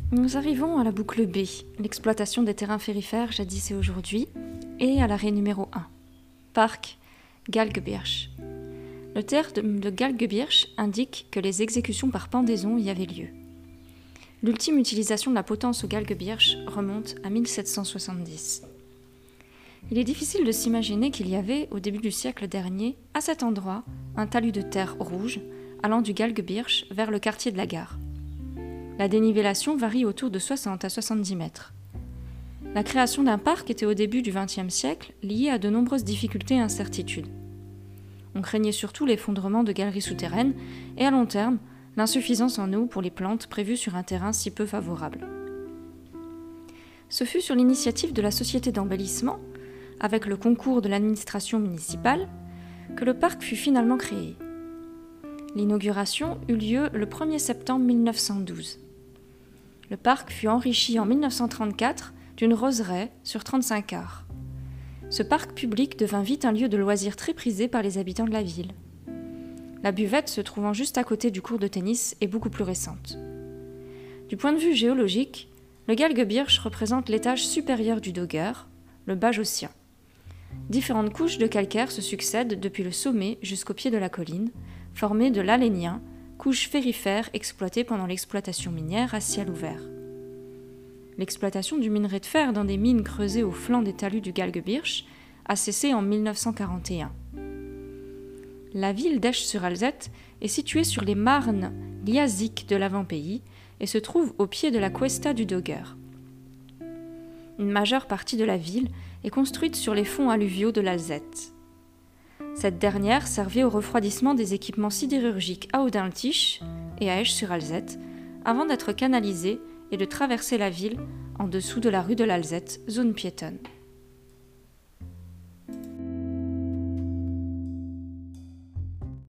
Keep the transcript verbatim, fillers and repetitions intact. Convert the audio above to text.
Nous arrivons à la boucle B, l'exploitation des terrains périphéres jadis et aujourd'hui, et à l'arrêt numéro un, parc Galgebirch. Le terme de Galgebirch indique que les exécutions par pendaison y avaient lieu. L'ultime utilisation de la potence au Galgebirch remonte à mille sept cent soixante-dix. Il est difficile de s'imaginer qu'il y avait, au début du siècle dernier, à cet endroit, un talus de terre rouge allant du Galgebirch vers le quartier de la gare. La dénivellation varie autour de soixante à soixante-dix mètres. La création d'un parc était au début du vingtième siècle liée à de nombreuses difficultés et incertitudes. On craignait surtout l'effondrement de galeries souterraines et à long terme, l'insuffisance en eau pour les plantes prévues sur un terrain si peu favorable. Ce fut sur l'initiative de la Société d'embellissement, avec le concours de l'administration municipale, que le parc fut finalement créé. L'inauguration eut lieu le premier septembre mille neuf cent douze. Le parc fut enrichi en mille neuf cent trente-quatre d'une roseraie sur trente-cinq ares. Ce parc public devint vite un lieu de loisirs très prisé par les habitants de la ville. La buvette, se trouvant juste à côté du court de tennis, est beaucoup plus récente. Du point de vue géologique, le Galgebirch représente l'étage supérieur du Dogger, le Bajocien. Différentes couches de calcaire se succèdent depuis le sommet jusqu'au pied de la colline, formées de l'alénien, couche férifère exploitée pendant l'exploitation minière à ciel ouvert. L'exploitation du minerai de fer dans des mines creusées au flanc des talus du Galgebirch a cessé en mille neuf cent quarante et un. La ville d'Esch-sur-Alzette est située sur les marnes liasiques de l'avant-pays et se trouve au pied de la cuesta du Dogger. Une majeure partie de la ville est construite sur les fonds alluviaux de l'Alzette. Cette dernière servait au refroidissement des équipements sidérurgiques à Audintisch et à Esch-sur-Alzette avant d'être canalisée et de traverser la ville en dessous de la rue de l'Alzette, zone piétonne.